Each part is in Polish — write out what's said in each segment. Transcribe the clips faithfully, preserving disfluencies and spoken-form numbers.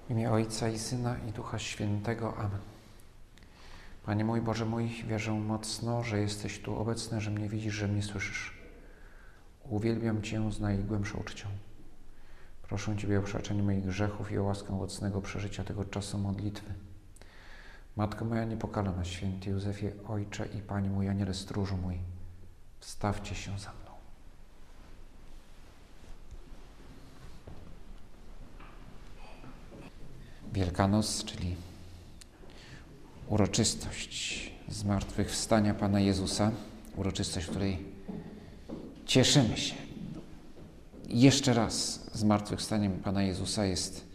W imię Ojca i Syna i Ducha Świętego. Amen. Panie mój, Boże mój, wierzę mocno, że jesteś tu obecny, że mnie widzisz, że mnie słyszysz. Uwielbiam Cię z najgłębszą uczcią. Proszę Ciebie o przebaczenie moich grzechów i o łaskę owocnego przeżycia tego czasu modlitwy. Matko moja niepokalana, święty Józefie, Ojcze i Panie mój, Aniele stróżu mój, wstawcie się za mną. Wielkanoc, czyli uroczystość zmartwychwstania Pana Jezusa, uroczystość, w której cieszymy się. Jeszcze raz zmartwychwstaniem Pana Jezusa jest,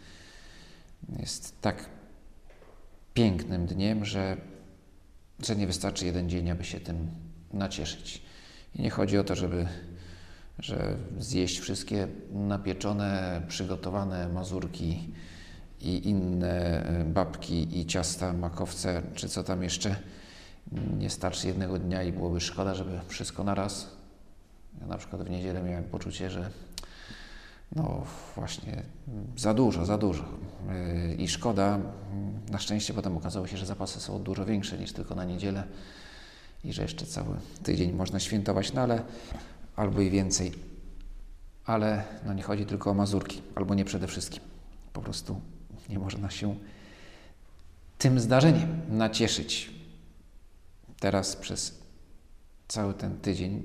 jest tak pięknym dniem, że, że nie wystarczy jeden dzień, aby się tym nacieszyć. I nie chodzi o to, żeby że zjeść wszystkie napieczone, przygotowane mazurki i inne babki i ciasta, makowce, czy co tam jeszcze. Nie starczy jednego dnia i byłoby szkoda, żeby wszystko naraz. Ja na przykład w niedzielę miałem poczucie, że no właśnie za dużo, za dużo. I szkoda. Na szczęście potem okazało się, że zapasy są dużo większe niż tylko na niedzielę i że jeszcze cały tydzień można świętować, no ale albo i więcej. Ale no nie chodzi tylko o mazurki, albo nie przede wszystkim. Po prostu nie można się tym zdarzeniem nacieszyć. Teraz przez cały ten tydzień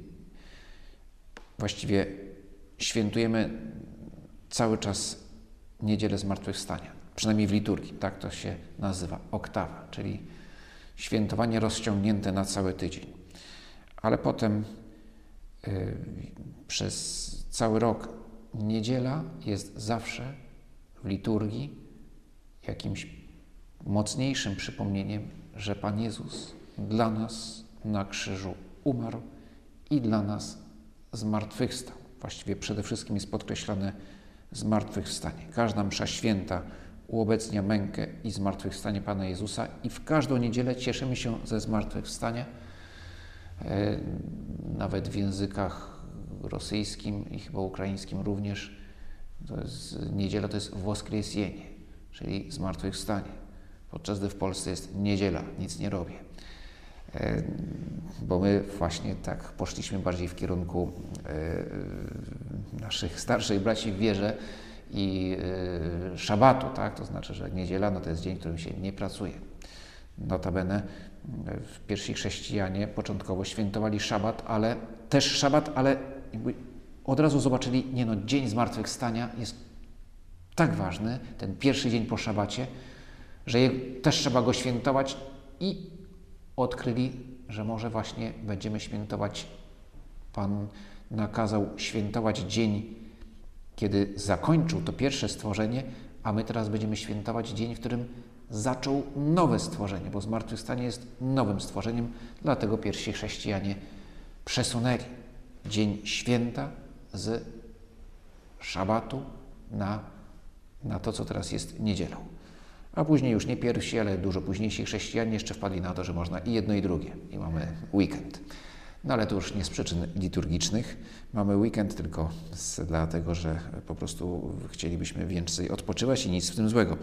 właściwie świętujemy cały czas Niedzielę Zmartwychwstania. Przynajmniej w liturgii, tak to się nazywa, oktawa, czyli świętowanie rozciągnięte na cały tydzień. Ale potem yy, przez cały rok niedziela jest zawsze w liturgii jakimś mocniejszym przypomnieniem, że Pan Jezus dla nas na krzyżu umarł i dla nas zmartwychwstał. Właściwie przede wszystkim jest podkreślane zmartwychwstanie. Każda msza święta uobecnia mękę i zmartwychwstanie Pana Jezusa i w każdą niedzielę cieszymy się ze zmartwychwstania. E, nawet w językach rosyjskim i chyba ukraińskim również to jest, niedziela to jest woskresjenie, czyli zmartwychwstanie. Podczas gdy w Polsce jest niedziela, nic nie robię. E, bo my właśnie tak poszliśmy bardziej w kierunku e, naszych starszych braci w wierze i e, szabatu, tak? To znaczy, że niedziela no to jest dzień, w którym się nie pracuje. Notabene w pierwsi chrześcijanie początkowo świętowali szabat, ale też szabat, ale jakby od razu zobaczyli, nie no, dzień zmartwychwstania jest tak ważny, ten pierwszy dzień po szabacie, że je, też trzeba go świętować i odkryli, że może właśnie będziemy świętować, Pan nakazał świętować dzień, kiedy zakończył to pierwsze stworzenie, a my teraz będziemy świętować dzień, w którym zaczął nowe stworzenie, bo zmartwychwstanie jest nowym stworzeniem, dlatego pierwsi chrześcijanie przesunęli dzień święta z szabatu na, na to, co teraz jest niedzielą. A później już nie pierwsi, ale dużo późniejsi chrześcijanie jeszcze wpadli na to, że można i jedno, i drugie. I mamy weekend. No ale to już nie z przyczyn liturgicznych. Mamy weekend tylko z, dlatego, że po prostu chcielibyśmy więcej odpoczywać i nic w tym złego.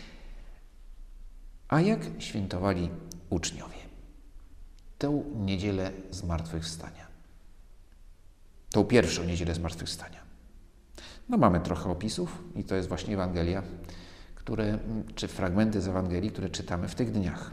A jak świętowali uczniowie tę niedzielę zmartwychwstania? Tą pierwszą niedzielę zmartwychwstania. No mamy trochę opisów i to jest właśnie Ewangelia, które, czy fragmenty z Ewangelii, które czytamy w tych dniach.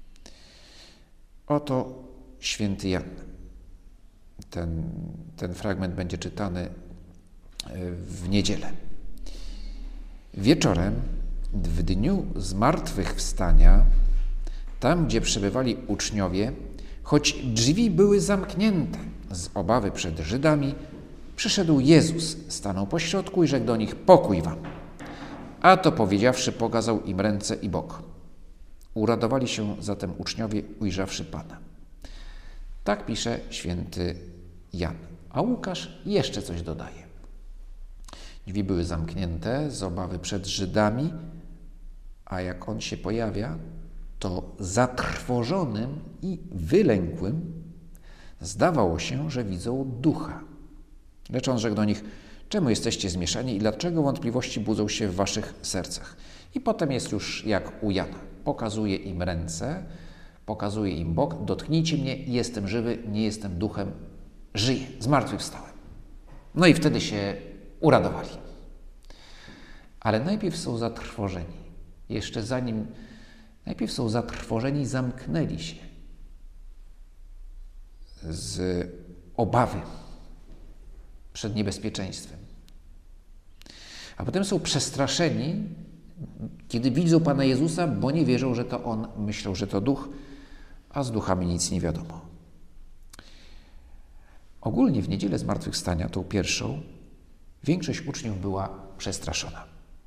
Oto święty Jan. Ten, ten fragment będzie czytany w niedzielę. Wieczorem, w dniu zmartwychwstania, tam, gdzie przebywali uczniowie, choć drzwi były zamknięte z obawy przed Żydami, przyszedł Jezus, stanął pośrodku i rzekł do nich: pokój wam. A to powiedziawszy, pokazał im ręce i bok. Uradowali się zatem uczniowie, ujrzawszy Pana. Tak pisze święty Jan. A Łukasz jeszcze coś dodaje. Drzwi były zamknięte z obawy przed Żydami, a jak on się pojawia, to zatrwożonym i wylękłym zdawało się, że widzą ducha. Lecz on rzekł do nich: czemu jesteście zmieszani i dlaczego wątpliwości budzą się w waszych sercach? I potem jest już jak u Jana. Pokazuje im ręce, pokazuje im bok, dotknijcie mnie, jestem żywy, nie jestem duchem, żyję, zmartwychwstałem. No i wtedy się uradowali. Ale najpierw są zatrwożeni. Jeszcze zanim, najpierw są zatrwożeni, zamknęli się z obawy przed niebezpieczeństwem. A potem są przestraszeni, kiedy widzą Pana Jezusa, bo nie wierzą, że to On, myślą, że to duch, a z duchami nic nie wiadomo. Ogólnie w niedzielę zmartwychwstania, tą pierwszą, większość uczniów była przestraszona.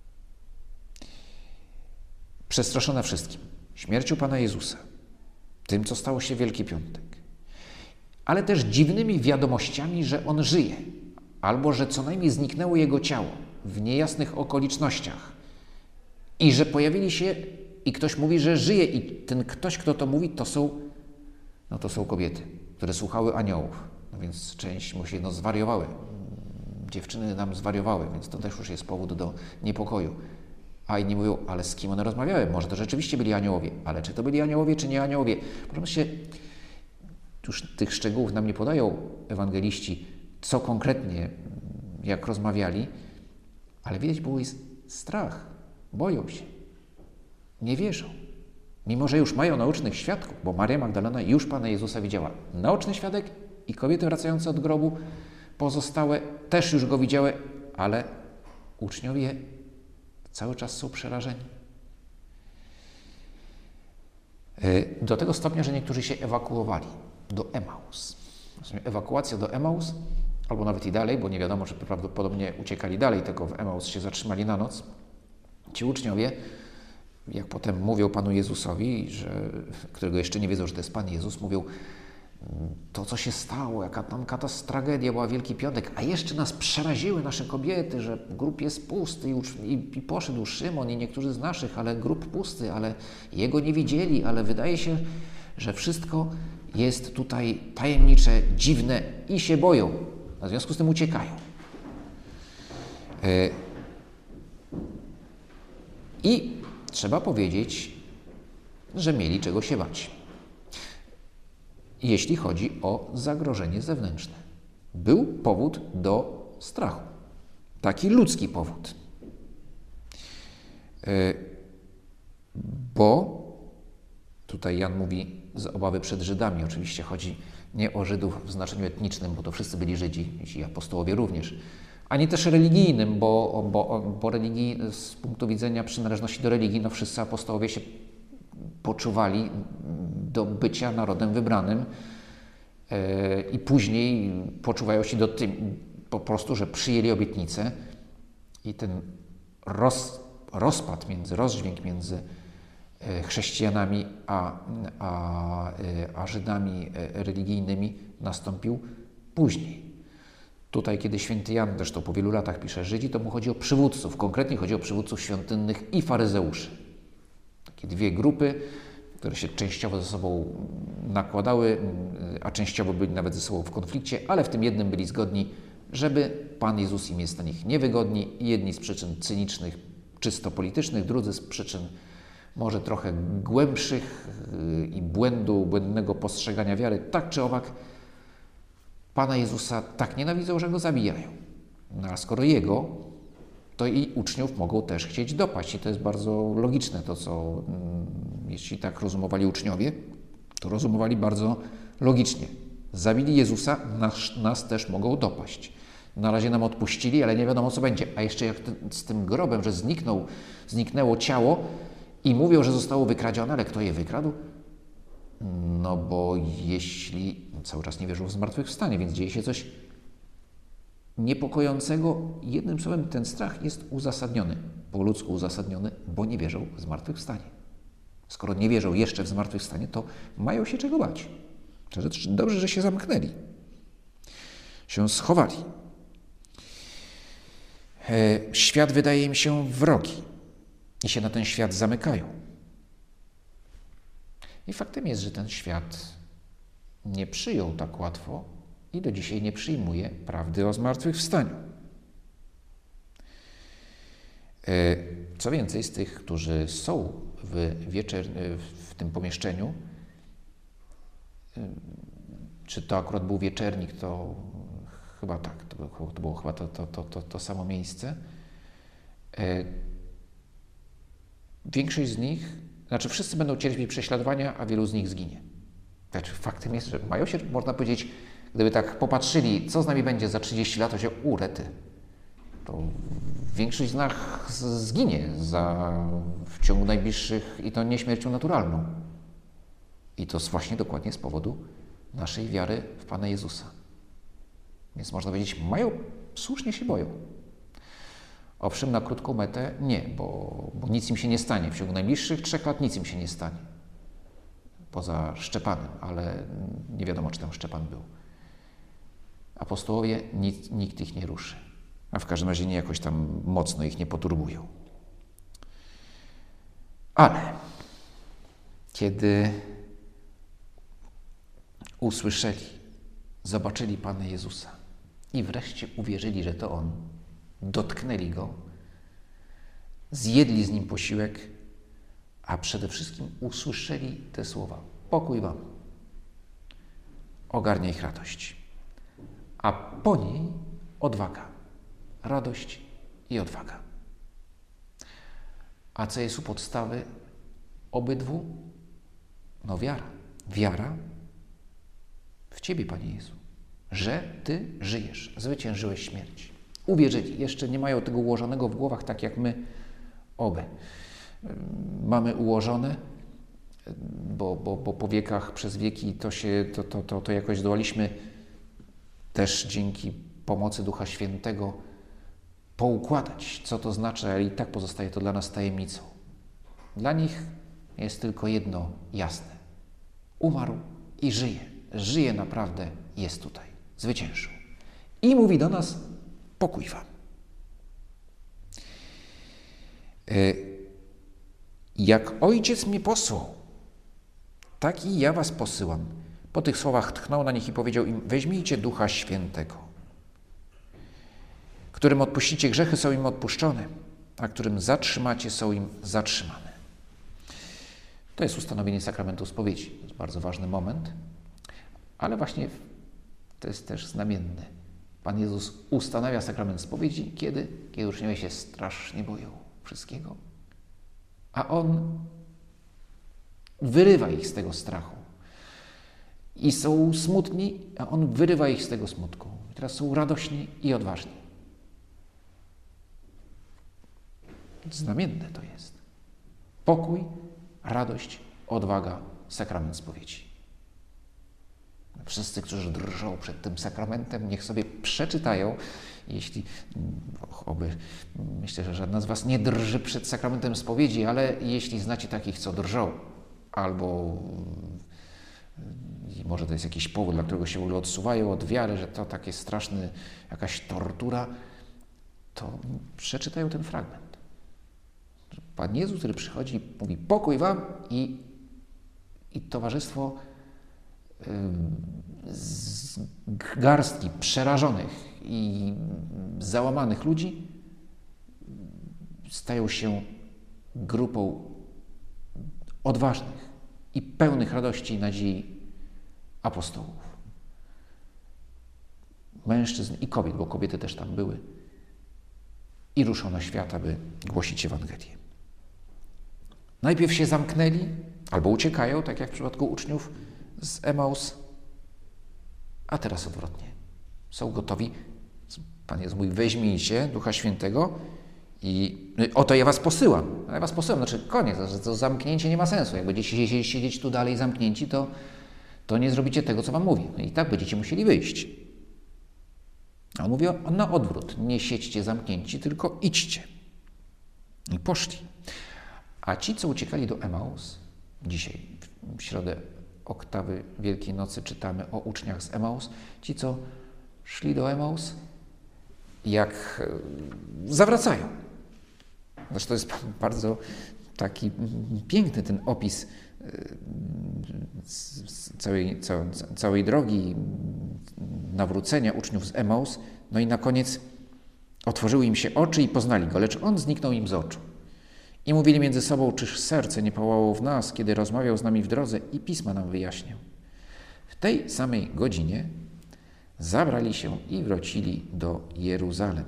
Przestraszona wszystkim. Śmiercią Pana Jezusa, tym, co stało się w Wielki Piątek, ale też dziwnymi wiadomościami, że On żyje, albo że co najmniej zniknęło Jego ciało w niejasnych okolicznościach i że pojawili się i ktoś mówi, że żyje i ten ktoś, kto to mówi, to są, no to są kobiety, które słuchały aniołów. No więc część musi, no zwariowały. Dziewczyny nam zwariowały, więc to też już jest powód do niepokoju. A inni mówią, ale z kim one rozmawiały? Może to rzeczywiście byli aniołowie, ale czy to byli aniołowie, czy nie aniołowie? Proszę się, już tych szczegółów nam nie podają ewangeliści, co konkretnie, jak rozmawiali, ale widać było jest strach, boją się, nie wierzą. Mimo że już mają naocznych świadków, bo Maria Magdalena już Pana Jezusa widziała. Naoczny świadek i kobiety wracające od grobu, pozostałe też już Go widziały, ale uczniowie cały czas są przerażeni. Do tego stopnia, że niektórzy się ewakuowali do Emaus. Ewakuacja do Emaus, albo nawet i dalej, bo nie wiadomo, czy prawdopodobnie uciekali dalej, tylko w Emaus się zatrzymali na noc. Ci uczniowie, jak potem mówią Panu Jezusowi, że, którego jeszcze nie wiedzą, że to jest Pan Jezus, mówią, to, co się stało, jaka tam katastrofa, tragedia była, Wielki Piątek, a jeszcze nas przeraziły nasze kobiety, że grób jest pusty i, i, i poszedł Szymon i niektórzy z naszych, ale grób pusty, ale jego nie widzieli, ale wydaje się, że wszystko jest tutaj tajemnicze, dziwne i się boją. W związku z tym uciekają. I trzeba powiedzieć, że mieli czego się bać, jeśli chodzi o zagrożenie zewnętrzne. Był powód do strachu. Taki ludzki powód. Bo tutaj Jan mówi z obawy przed Żydami. Oczywiście chodzi nie o Żydów w znaczeniu etnicznym, bo to wszyscy byli Żydzi, i apostołowie również, ani też religijnym, bo, bo, bo religii, z punktu widzenia przynależności do religii, no wszyscy apostołowie się poczuwali do bycia narodem wybranym yy, i później poczuwają się do tym, po prostu, że przyjęli obietnicę i ten roz, rozpad między, rozdźwięk między yy, chrześcijanami a, a, yy, a Żydami yy, religijnymi nastąpił później. Tutaj, kiedy święty Jan, zresztą po wielu latach pisze Żydzi, to mu chodzi o przywódców, konkretnie chodzi o przywódców świątynnych i faryzeuszy. Takie dwie grupy, które się częściowo ze sobą nakładały, a częściowo byli nawet ze sobą w konflikcie, ale w tym jednym byli zgodni, żeby Pan Jezus im jest na nich niewygodni. Jedni z przyczyn cynicznych, czysto politycznych, drudzy z przyczyn może trochę głębszych i błędu, błędnego postrzegania wiary. Tak czy owak, Pana Jezusa tak nienawidzą, że Go zabijają. No a skoro Jego, to i uczniów mogą też chcieć dopaść. I to jest bardzo logiczne, to co, jeśli tak rozumowali uczniowie, to rozumowali bardzo logicznie. Zabili Jezusa, nas, nas też mogą dopaść. Na razie nam odpuścili, ale nie wiadomo, co będzie. A jeszcze jak ten, z tym grobem, że zniknął, zniknęło ciało i mówią, że zostało wykradzione, ale kto je wykradł? No bo jeśli cały czas nie wierzą w zmartwychwstanie, więc dzieje się coś niepokojącego. Jednym słowem, ten strach jest uzasadniony, po ludzku uzasadniony, bo nie wierzą w zmartwychwstanie. Skoro nie wierzą jeszcze w zmartwychwstanie, to mają się czego bać. Dobrze, że się zamknęli, się schowali. Świat wydaje im się wrogi i się na ten świat zamykają. I faktem jest, że ten świat nie przyjął tak łatwo i do dzisiaj nie przyjmuje prawdy o zmartwychwstaniu. Co więcej, z tych, którzy są w, wieczer, w tym pomieszczeniu, czy to akurat był wieczernik, to chyba tak, to było, to było chyba to, to, to, to, to samo miejsce. Większość z nich, znaczy wszyscy będą cierpieć prześladowania, a wielu z nich zginie. Znaczy faktem jest, że mają się, można powiedzieć, gdyby tak popatrzyli, co z nami będzie za trzydzieści lat, to się urety. To większość z nas zginie za, w ciągu najbliższych i to nie śmiercią naturalną. I to właśnie dokładnie z powodu naszej wiary w Pana Jezusa. Więc można powiedzieć, mają, słusznie się boją. Owszem, na krótką metę nie, bo, bo nic im się nie stanie. W ciągu najbliższych trzech lat nic im się nie stanie. Poza Szczepanem, ale nie wiadomo, czy tam Szczepan był. Apostołowie, nikt, nikt ich nie ruszy. A w każdym razie nie jakoś tam mocno ich nie poturbują. Ale kiedy usłyszeli, zobaczyli Pana Jezusa i wreszcie uwierzyli, że to On, dotknęli Go, zjedli z Nim posiłek, a przede wszystkim usłyszeli te słowa: pokój wam. Ogarnia ich radość. A po niej odwaga. Radość i odwaga. A co jest u podstawy obydwu? No wiara. Wiara w Ciebie, Panie Jezu, że Ty żyjesz, zwyciężyłeś śmierć. Uwierzyli, jeszcze nie mają tego ułożonego w głowach, tak jak my oby mamy ułożone, bo, bo, bo po wiekach, przez wieki to się, to, to, to, to jakoś zdołaliśmy też dzięki pomocy Ducha Świętego poukładać, co to znaczy, ale i tak pozostaje to dla nas tajemnicą. Dla nich jest tylko jedno jasne. Umarł i żyje. Żyje naprawdę, jest tutaj. Zwyciężył. I mówi do nas: pokój wam. Jak Ojciec mnie posłał, tak i ja was posyłam. Po tych słowach tchnął na nich i powiedział im: weźmijcie Ducha Świętego. Którym odpuścicie grzechy, są im odpuszczone, a którym zatrzymacie, są im zatrzymane. To jest ustanowienie sakramentu spowiedzi. To jest bardzo ważny moment, ale właśnie to jest też znamienne. Pan Jezus ustanawia sakrament spowiedzi, kiedy? Kiedy uczniowie się strasznie boją wszystkiego, a On wyrywa ich z tego strachu. I są smutni, a On wyrywa ich z tego smutku. I teraz są radośni i odważni. Znamienne to jest. Pokój, radość, odwaga, sakrament spowiedzi. Wszyscy, którzy drżą przed tym sakramentem, niech sobie przeczytają, jeśli, oby, myślę, że żadna z was nie drży przed sakramentem spowiedzi, ale jeśli znacie takich, co drżą, albo i może to jest jakiś powód, dla którego się w ogóle odsuwają od wiary, że to takie straszne, jakaś tortura, to przeczytają ten fragment. Pan Jezus, który przychodzi i mówi: pokój wam, i, i towarzystwo z garstki przerażonych i załamanych ludzi stają się grupą odważnych i pełnych radości i nadziei apostołów. Mężczyzn i kobiet, bo kobiety też tam były, i ruszą na świat, aby głosić Ewangelię. Najpierw się zamknęli, albo uciekają, tak jak w przypadku uczniów z Emaus, a teraz odwrotnie. Są gotowi. Pan Jezus mówi: weźmijcie Ducha Świętego i oto ja was posyłam. Ja was posyłam, znaczy koniec, to zamknięcie nie ma sensu. Jak będziecie siedzieć tu dalej zamknięci, to, to nie zrobicie tego, co wam mówię. I tak będziecie musieli wyjść. A on mówi na odwrót. Nie siedźcie zamknięci, tylko idźcie. I poszli. A ci, co uciekali do Emaus, dzisiaj w środę oktawy Wielkiej Nocy czytamy o uczniach z Emaus, ci, co szli do Emaus, jak zawracają. Zresztą to jest bardzo taki piękny ten opis całej, całej, całej drogi nawrócenia uczniów z Emaus. No i na koniec Otworzyły im się oczy i poznali go, lecz on zniknął im z oczu. I mówili między sobą, czyż serce nie pałało w nas, kiedy rozmawiał z nami w drodze i pisma nam wyjaśniał. W tej samej godzinie zabrali się i wrócili do Jeruzalem.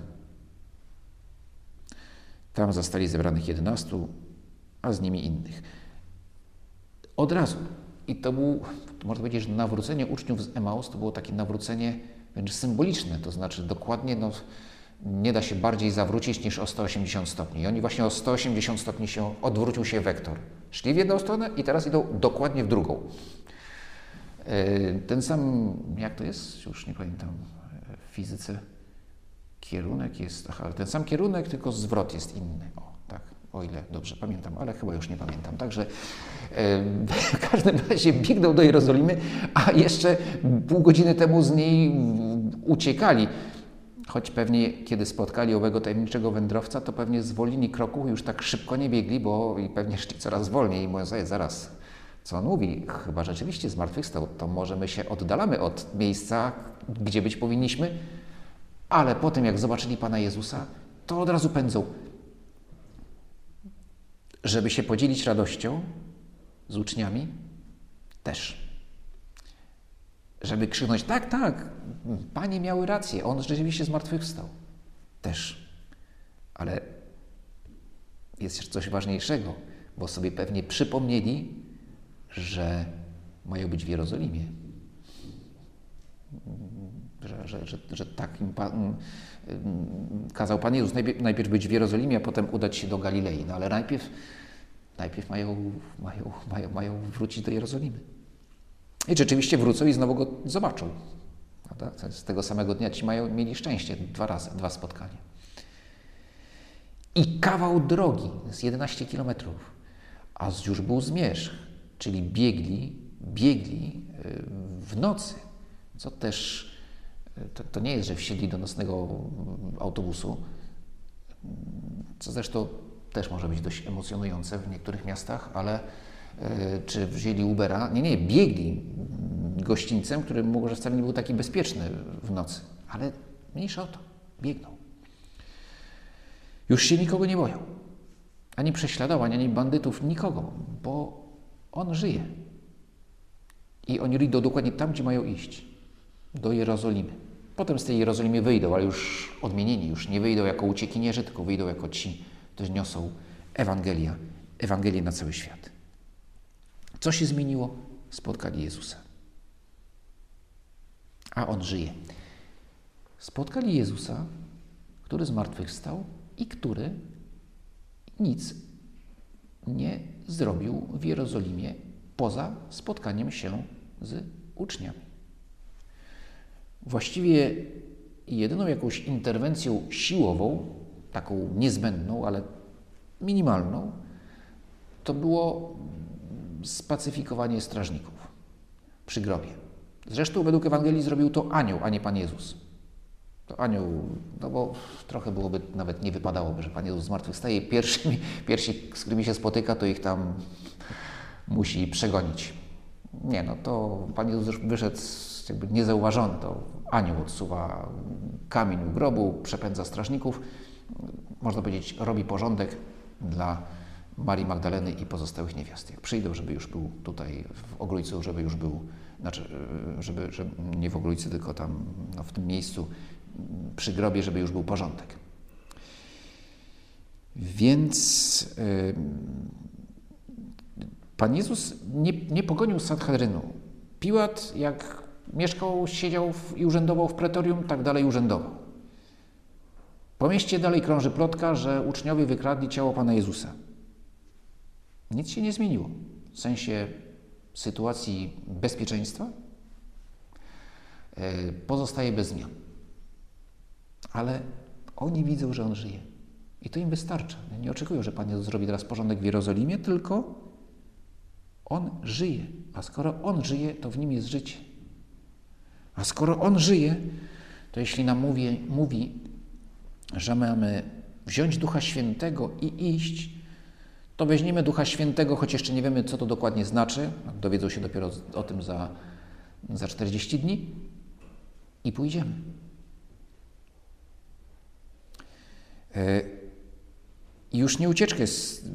Tam zastali zebranych jedenastu, a z nimi innych. Od razu. I to było, można powiedzieć, że nawrócenie uczniów z Emaus to było takie nawrócenie wręcz symboliczne, to znaczy dokładnie no, nie da się bardziej zawrócić niż o sto osiemdziesiąt stopni. I oni właśnie o sto osiemdziesiąt stopni się odwrócił się wektor. Szli w jedną stronę i teraz idą dokładnie w drugą. Ten sam, jak to jest? Już nie pamiętam, w fizyce kierunek jest, aha, ten sam kierunek, tylko zwrot jest inny. O, tak, o ile dobrze pamiętam, ale chyba już nie pamiętam. Także w każdym razie biegną do Jerozolimy, a jeszcze pół godziny temu z niej uciekali. Choć pewnie, kiedy spotkali owego tajemniczego wędrowca, to pewnie zwolnili kroku, już tak szybko nie biegli, bo i pewnie szli coraz wolniej i mówią sobie, zaraz, co on mówi? Chyba rzeczywiście zmartwychwstał, to może my się oddalamy od miejsca, gdzie być powinniśmy, ale po tym, jak zobaczyli Pana Jezusa, to od razu pędzą, żeby się podzielić radością z uczniami, też. Żeby krzyknąć, tak, tak, Panie miały rację, On rzeczywiście zmartwychwstał. Też. Ale jest jeszcze coś ważniejszego, bo sobie pewnie przypomnieli, że mają być w Jerozolimie. Że, że, że, że tak im Pan, kazał Pan Jezus najpierw, najpierw być w Jerozolimie, a potem udać się do Galilei. No ale najpierw, najpierw mają, mają, mają, mają wrócić do Jerozolimy. I rzeczywiście wrócą i znowu go zobaczą. Prawda? Z tego samego dnia ci mają, mieli szczęście. Dwa razy, dwa spotkania. I kawał drogi z jedenaście kilometrów, a już był zmierzch, czyli biegli, biegli w nocy, co też, to, to nie jest, że wsiedli do nocnego autobusu, co zresztą też może być dość emocjonujące w niektórych miastach, ale czy wzięli Ubera? Nie, nie, biegli gościńcem, który może wcale nie był taki bezpieczny w nocy, ale mniejsza o to, biegną. Już się nikogo nie boją. Ani prześladowań, ani bandytów, nikogo, bo On żyje. I oni idą dokładnie tam, gdzie mają iść. Do Jerozolimy. Potem z tej Jerozolimy wyjdą, ale już odmienieni, już nie wyjdą jako uciekinierzy, tylko wyjdą jako ci, którzy niosą Ewangelia, Ewangelię na cały świat. Co się zmieniło? Spotkali Jezusa. A On żyje. Spotkali Jezusa, który zmartwychwstał i który nic nie zrobił w Jerozolimie poza spotkaniem się z uczniami. Właściwie jedyną jakąś interwencją siłową, taką niezbędną, ale minimalną, to było spacyfikowanie strażników przy grobie. Zresztą według Ewangelii zrobił to anioł, a nie Pan Jezus. To anioł, no bo trochę byłoby, nawet nie wypadałoby, że Pan Jezus zmartwychwstaje. Pierwsi, pierwsi, z którymi się spotyka, to ich tam musi przegonić. Nie, no to Pan Jezus już wyszedł jakby niezauważony. To anioł odsuwa kamień u grobu, przepędza strażników. Można powiedzieć, robi porządek dla Marii Magdaleny i pozostałych niewiast. Jak przyjdą, żeby już był tutaj w Ogrójcu, żeby już był, znaczy, żeby, żeby nie w Ogrójcu, tylko tam no, w tym miejscu przy grobie, żeby już był porządek. Więc yy, Pan Jezus nie, nie pogonił Sanhedrynu. Piłat, jak mieszkał, siedział w, i urzędował w pretorium, tak dalej urzędował. Po mieście dalej krąży plotka, że uczniowie wykradli ciało Pana Jezusa. Nic się nie zmieniło w sensie sytuacji bezpieczeństwa. Yy, pozostaje bez zmian. Ale oni widzą, że On żyje. I to im wystarcza. Nie oczekują, że Pan Jezus zrobi teraz porządek w Jerozolimie, tylko On żyje. A skoro On żyje, to w Nim jest życie. A skoro On żyje, to jeśli nam mówi, mówi że mamy wziąć Ducha Świętego i iść, to weźmiemy Ducha Świętego, choć jeszcze nie wiemy, co to dokładnie znaczy. Dowiedzą się dopiero o tym za, za czterdzieści dni i pójdziemy. I już nie ucieczkę,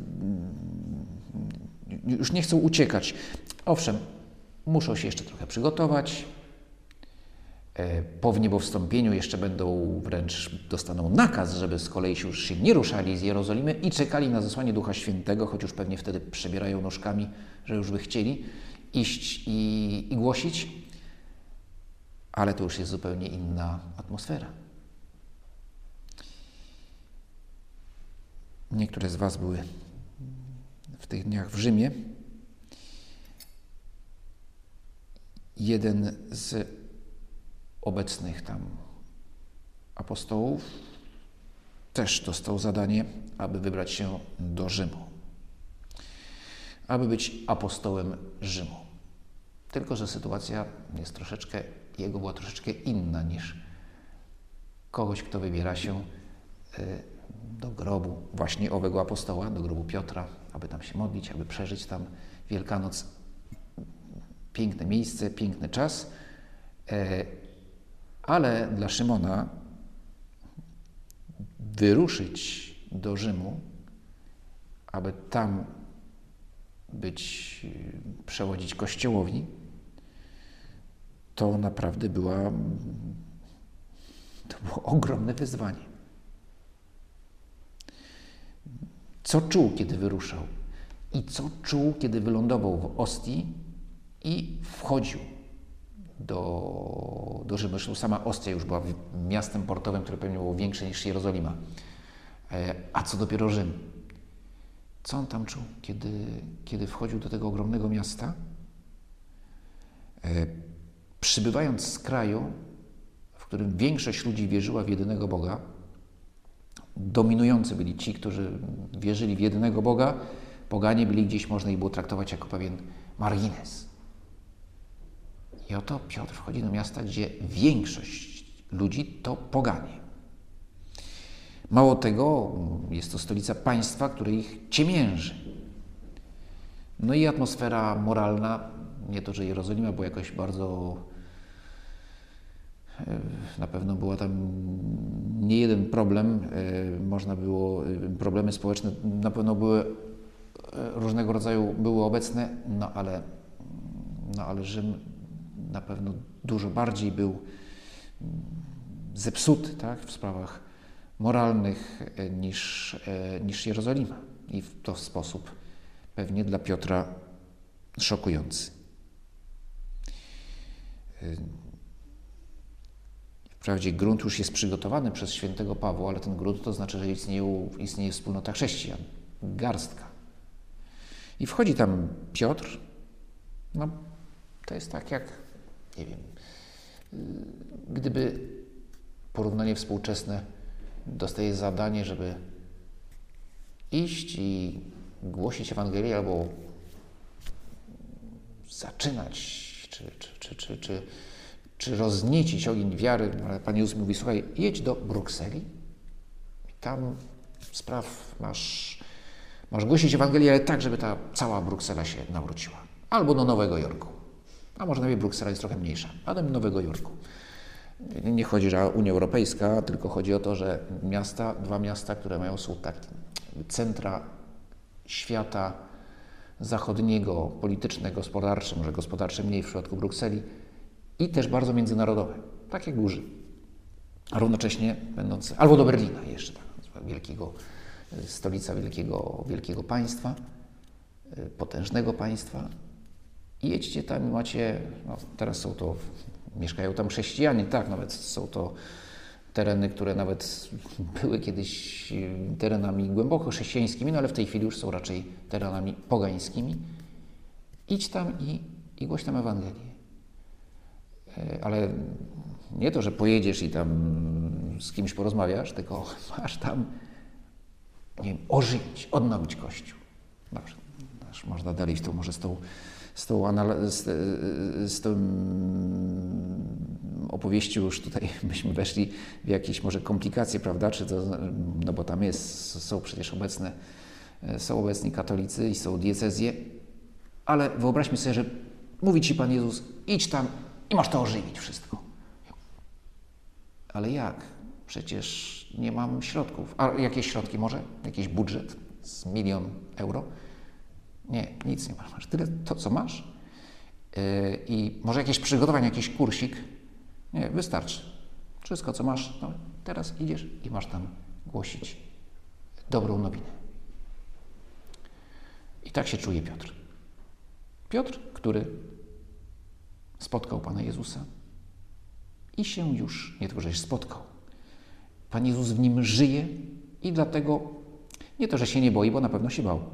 już nie chcą uciekać. Owszem, muszą się jeszcze trochę przygotować. Po wniebowstąpieniu jeszcze będą, wręcz dostaną nakaz, żeby z kolei już się nie ruszali z Jerozolimy i czekali na zesłanie Ducha Świętego, choć już pewnie wtedy przebierają nóżkami, że już by chcieli iść i, i głosić. Ale to już jest zupełnie inna atmosfera. Niektóre z Was były w tych dniach w Rzymie. Jeden z obecnych tam apostołów też dostał zadanie, aby wybrać się do Rzymu. Aby być apostołem Rzymu. Tylko że sytuacja jest troszeczkę, jego była troszeczkę inna niż kogoś, kto wybiera się do grobu właśnie owego apostoła, do grobu Piotra, aby tam się modlić, aby przeżyć tam Wielkanoc. Piękne miejsce, piękny czas, ale dla Szymona wyruszyć do Rzymu, aby tam być, przewodzić Kościołowi, to naprawdę była, to było ogromne wyzwanie. Co czuł, kiedy wyruszał i co czuł, kiedy wylądował w Ostii i wchodził do, do Rzymu. Zresztą sama Ostia już była miastem portowym, które pewnie było większe niż Jerozolima. A co dopiero Rzym? Co on tam czuł, kiedy, kiedy wchodził do tego ogromnego miasta? Przybywając z kraju, w którym większość ludzi wierzyła w jedynego Boga, dominujący byli ci, którzy wierzyli w jedynego Boga, poganie byli gdzieś, można ich było traktować jako pewien margines. I oto Piotr wchodzi do miasta, gdzie większość ludzi to poganie. Mało tego, jest to stolica państwa, które ich ciemięży. No i atmosfera moralna, nie to, że Jerozolima była jakoś bardzo... Na pewno była tam nie jeden problem, można było, problemy społeczne na pewno były różnego rodzaju, były obecne, no ale, no ale Rzym na pewno dużo bardziej był zepsuty, tak, w sprawach moralnych niż, niż Jerozolima. I w to sposób pewnie dla Piotra szokujący. Wprawdzie grunt już jest przygotowany przez świętego Pawła, ale ten grunt to znaczy, że istnieje, istnieje wspólnota chrześcijan, garstka. I wchodzi tam Piotr, no to jest tak jak, nie wiem, gdyby porównanie współczesne dostaje zadanie, żeby iść i głosić Ewangelię albo zaczynać, czy, czy, czy, czy, czy czy rozniecić ogień wiary, ale Pan Jezus mówi, słuchaj, jedź do Brukseli i tam spraw, masz, masz głosić Ewangelię, ale tak, żeby ta cała Bruksela się nawróciła. Albo do Nowego Jorku. A może nawet Bruksela jest trochę mniejsza, ale do Nowego Jorku. Nie chodzi, że Unia Europejska, tylko chodzi o to, że miasta, dwa miasta, które mają są takie centra świata zachodniego, polityczne, gospodarcze, może gospodarcze mniej w przypadku Brukseli, i też bardzo międzynarodowe, tak jak duży. A równocześnie będące, albo do Berlina jeszcze, tak, wielkiego, stolica wielkiego, wielkiego państwa, potężnego państwa. I jedźcie tam, macie, no teraz są to, mieszkają tam chrześcijanie, tak, nawet są to tereny, które nawet były kiedyś terenami głęboko chrześcijańskimi, no ale w tej chwili już są raczej terenami pogańskimi. Idź tam i, i głoś tam Ewangelię. Ale nie to, że pojedziesz i tam z kimś porozmawiasz, tylko masz tam, nie wiem, ożywić, odnowić Kościół. Dobrze, można dalej z tą, może z tą, z tą, z, z tą opowieścią już tutaj byśmy weszli w jakieś może komplikacje, prawda, czy to, no bo tam jest, są przecież obecne, są obecni katolicy i są diecezje, ale wyobraźmy sobie, że mówi ci Pan Jezus, idź tam i masz to ożywić wszystko. Ale jak? Przecież nie mam środków. A jakieś środki może? Jakiś budżet z milion euro? Nie, nic nie masz. Masz tyle to, co masz. Yy, I może jakieś przygotowanie, jakiś kursik? Nie, wystarczy. Wszystko, co masz, no, teraz idziesz i masz tam głosić dobrą nowinę. I tak się czuje Piotr. Piotr, który spotkał Pana Jezusa i się już nie tylko, żeś spotkał. Pan Jezus w nim żyje i dlatego nie to, że się nie boi, bo na pewno się bał.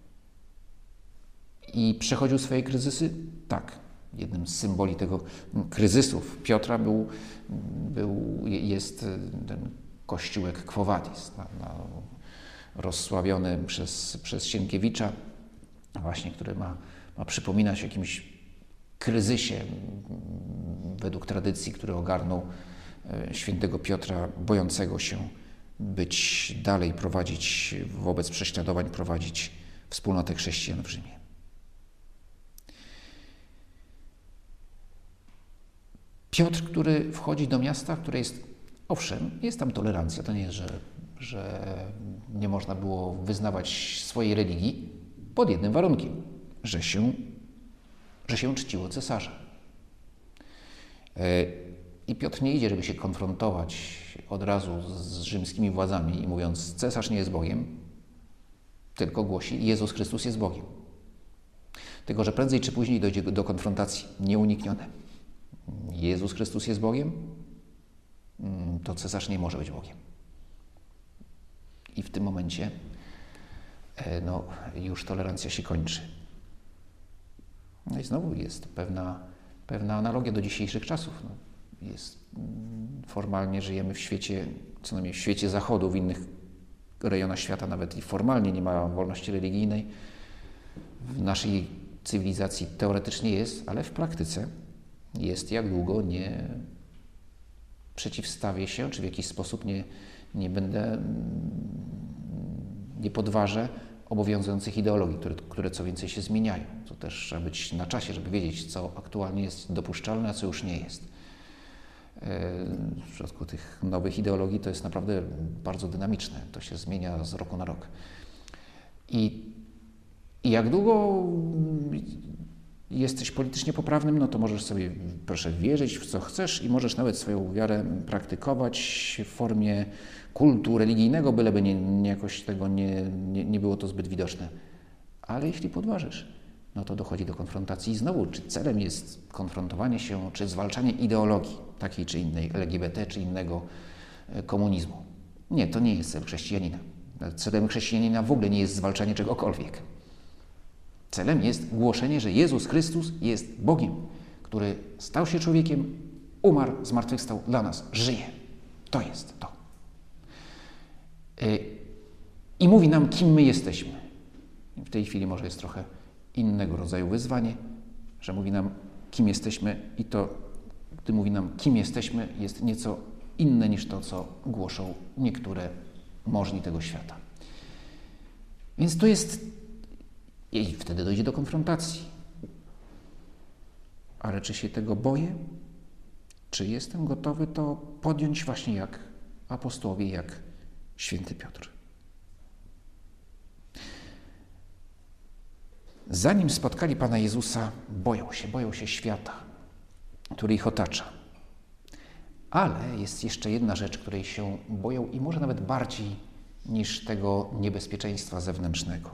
I przechodził swoje kryzysy? Tak. Jednym z symboli tego kryzysów Piotra był, był jest ten kościółek Quo Vadis, na, na, rozsławiony przez, przez Sienkiewicza, właśnie, który ma, ma przypominać o jakimś kryzysie według tradycji, który ogarnął świętego Piotra, bojącego się być dalej, prowadzić wobec prześladowań, prowadzić wspólnotę chrześcijan w Rzymie. Piotr, który wchodzi do miasta, które jest, owszem, jest tam tolerancja, to nie jest, że, że nie można było wyznawać swojej religii, pod jednym warunkiem, że się, że się czciło cesarza. I Piotr nie idzie, żeby się konfrontować od razu z rzymskimi władzami i mówiąc, cesarz nie jest Bogiem, tylko głosi, Jezus Chrystus jest Bogiem. Tylko że prędzej czy później dojdzie do konfrontacji nieuniknione. Jezus Chrystus jest Bogiem, to cesarz nie może być Bogiem. I w tym momencie no, już tolerancja się kończy. No i znowu jest pewna, pewna analogia do dzisiejszych czasów. No, jest, formalnie żyjemy w świecie, co najmniej w świecie zachodu, w innych rejonach świata nawet i formalnie nie ma wolności religijnej. W naszej cywilizacji teoretycznie jest, ale w praktyce jest, jak długo nie przeciwstawię się, czy w jakiś sposób nie, nie będę, nie podważę obowiązujących ideologii, które, które co więcej się zmieniają. To też trzeba być na czasie, żeby wiedzieć, co aktualnie jest dopuszczalne, a co już nie jest. W przypadku tych nowych ideologii to jest naprawdę bardzo dynamiczne. To się zmienia z roku na rok. I, i jak długo jesteś politycznie poprawnym, no to możesz sobie, proszę, wierzyć w co chcesz i możesz nawet swoją wiarę praktykować w formie kultu religijnego, byleby nie, nie jakoś tego nie, nie, nie było to zbyt widoczne. Ale jeśli podważysz, no to dochodzi do konfrontacji. I znowu, czy celem jest konfrontowanie się, czy zwalczanie ideologii takiej czy innej, L G B T czy innego komunizmu? Nie, to nie jest cel chrześcijanina. Celem chrześcijanina w ogóle nie jest zwalczanie czegokolwiek. Celem jest głoszenie, że Jezus Chrystus jest Bogiem, który stał się człowiekiem, umarł, zmartwychwstał dla nas, żyje. To jest to. I mówi nam, kim my jesteśmy. W tej chwili może jest trochę innego rodzaju wyzwanie, że mówi nam, kim jesteśmy i to, gdy mówi nam, kim jesteśmy, jest nieco inne niż to, co głoszą niektóre możni tego świata. Więc to jest i wtedy dojdzie do konfrontacji. Ale czy się tego boję? Czy jestem gotowy to podjąć właśnie jak apostołowie, jak święty Piotr? Zanim spotkali Pana Jezusa, boją się, boją się świata, który ich otacza. Ale jest jeszcze jedna rzecz, której się boją i może nawet bardziej niż tego niebezpieczeństwa zewnętrznego.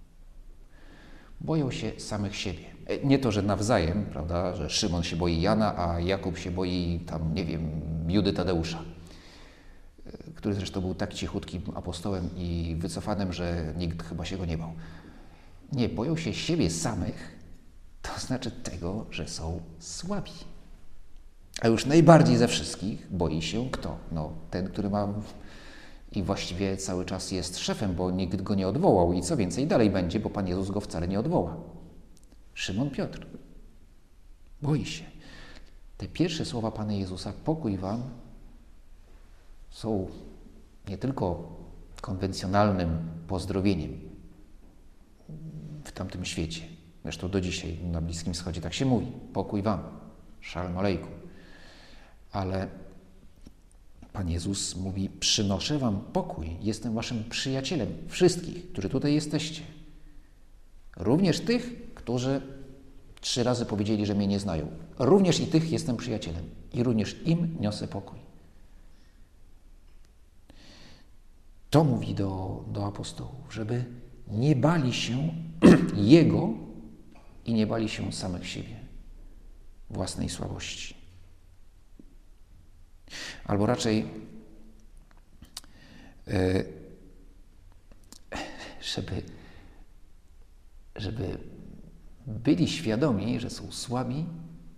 Boją się samych siebie. Nie to, że nawzajem, prawda, że Szymon się boi Jana, a Jakub się boi tam, nie wiem, Judy Tadeusza, który zresztą był tak cichutkim apostołem i wycofanym, że nikt chyba się go nie bał. Nie, boją się siebie samych, to znaczy tego, że są słabi. A już najbardziej ze wszystkich boi się kto? No, ten, który ma i właściwie cały czas jest szefem, bo nikt go nie odwołał i co więcej dalej będzie, bo Pan Jezus go wcale nie odwoła. Szymon Piotr boi się. Te pierwsze słowa Pana Jezusa, pokój wam, są nie tylko konwencjonalnym pozdrowieniem w tamtym świecie. Zresztą do dzisiaj na Bliskim Wschodzie tak się mówi. Pokój wam. Szalom alejkum. Ale Pan Jezus mówi, przynoszę wam pokój, jestem waszym przyjacielem, wszystkich, którzy tutaj jesteście. Również tych, którzy trzy razy powiedzieli, że mnie nie znają. Również i tych jestem przyjacielem i również im niosę pokój. To mówi do, do apostołów, żeby nie bali się Jego i nie bali się samych siebie, własnej słabości. Albo raczej, yy, żeby, żeby byli świadomi, że są słabi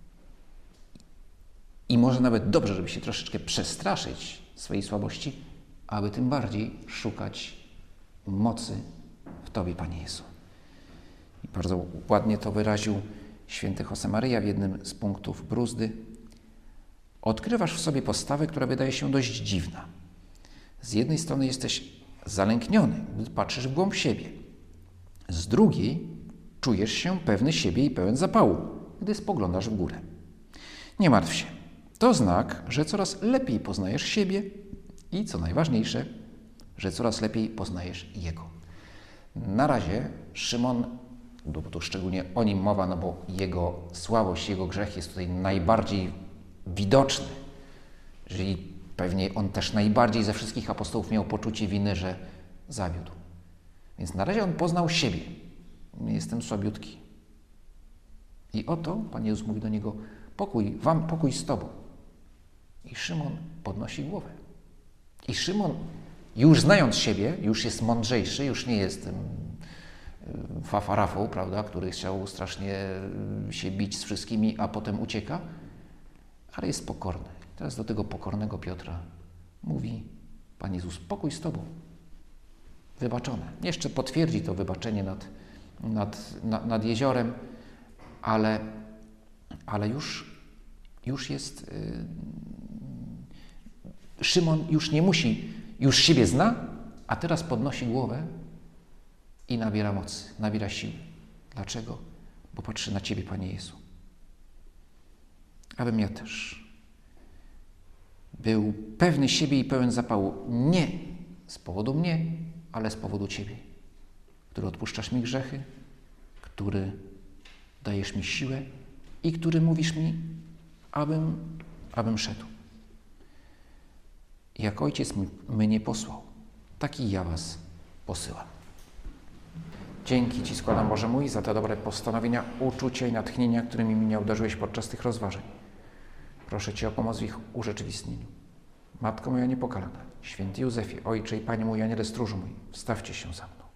i może nawet dobrze, żeby się troszeczkę przestraszyć swojej słabości, aby tym bardziej szukać mocy w Tobie, Panie Jezu. I bardzo ładnie to wyraził święty Josemaria w jednym z punktów bruzdy. Odkrywasz w sobie postawę, która wydaje się dość dziwna. Z jednej strony jesteś zalękniony, gdy patrzysz w głąb siebie. Z drugiej czujesz się pewny siebie i pełen zapału, gdy spoglądasz w górę. Nie martw się. To znak, że coraz lepiej poznajesz siebie i, co najważniejsze, że coraz lepiej poznajesz Jego. Na razie Szymon, bo tu szczególnie o nim mowa, no bo jego słabość, jego grzech jest tutaj najbardziej widoczny. Czyli pewnie on też najbardziej ze wszystkich apostołów miał poczucie winy, że zawiódł. Więc na razie on poznał siebie. Jestem słabiutki. I oto Pan Jezus mówi do niego, pokój, wam pokój z Tobą. I Szymon podnosi głowę. I Szymon, już znając siebie, już jest mądrzejszy, już nie jest tym fafarafą, prawda, który chciał strasznie się bić z wszystkimi, a potem ucieka, ale jest pokorny. Teraz do tego pokornego Piotra mówi Pan Jezus, pokój z Tobą. Wybaczone. Jeszcze potwierdzi to wybaczenie nad, nad, nad, nad jeziorem, ale, ale już, już jest... Yy, Szymon już nie musi, już siebie zna, a teraz podnosi głowę i nabiera mocy, nabiera siły. Dlaczego? Bo patrzy na Ciebie, Panie Jezu. Abym ja też był pewny siebie i pełen zapału. Nie z powodu mnie, ale z powodu Ciebie, który odpuszczasz mi grzechy, który dajesz mi siłę i który mówisz mi, abym, abym szedł. Jak Ojciec mnie posłał, taki ja was posyłam. Dzięki Ci składam, Boże mój, za te dobre postanowienia, uczucia i natchnienia, którymi mnie obdarzyłeś podczas tych rozważań. Proszę Cię o pomoc w ich urzeczywistnieniu. Matko moja niepokalana, święty Józefie, Ojcze i Panie mój, Aniele stróżu mój, wstawcie się za mną.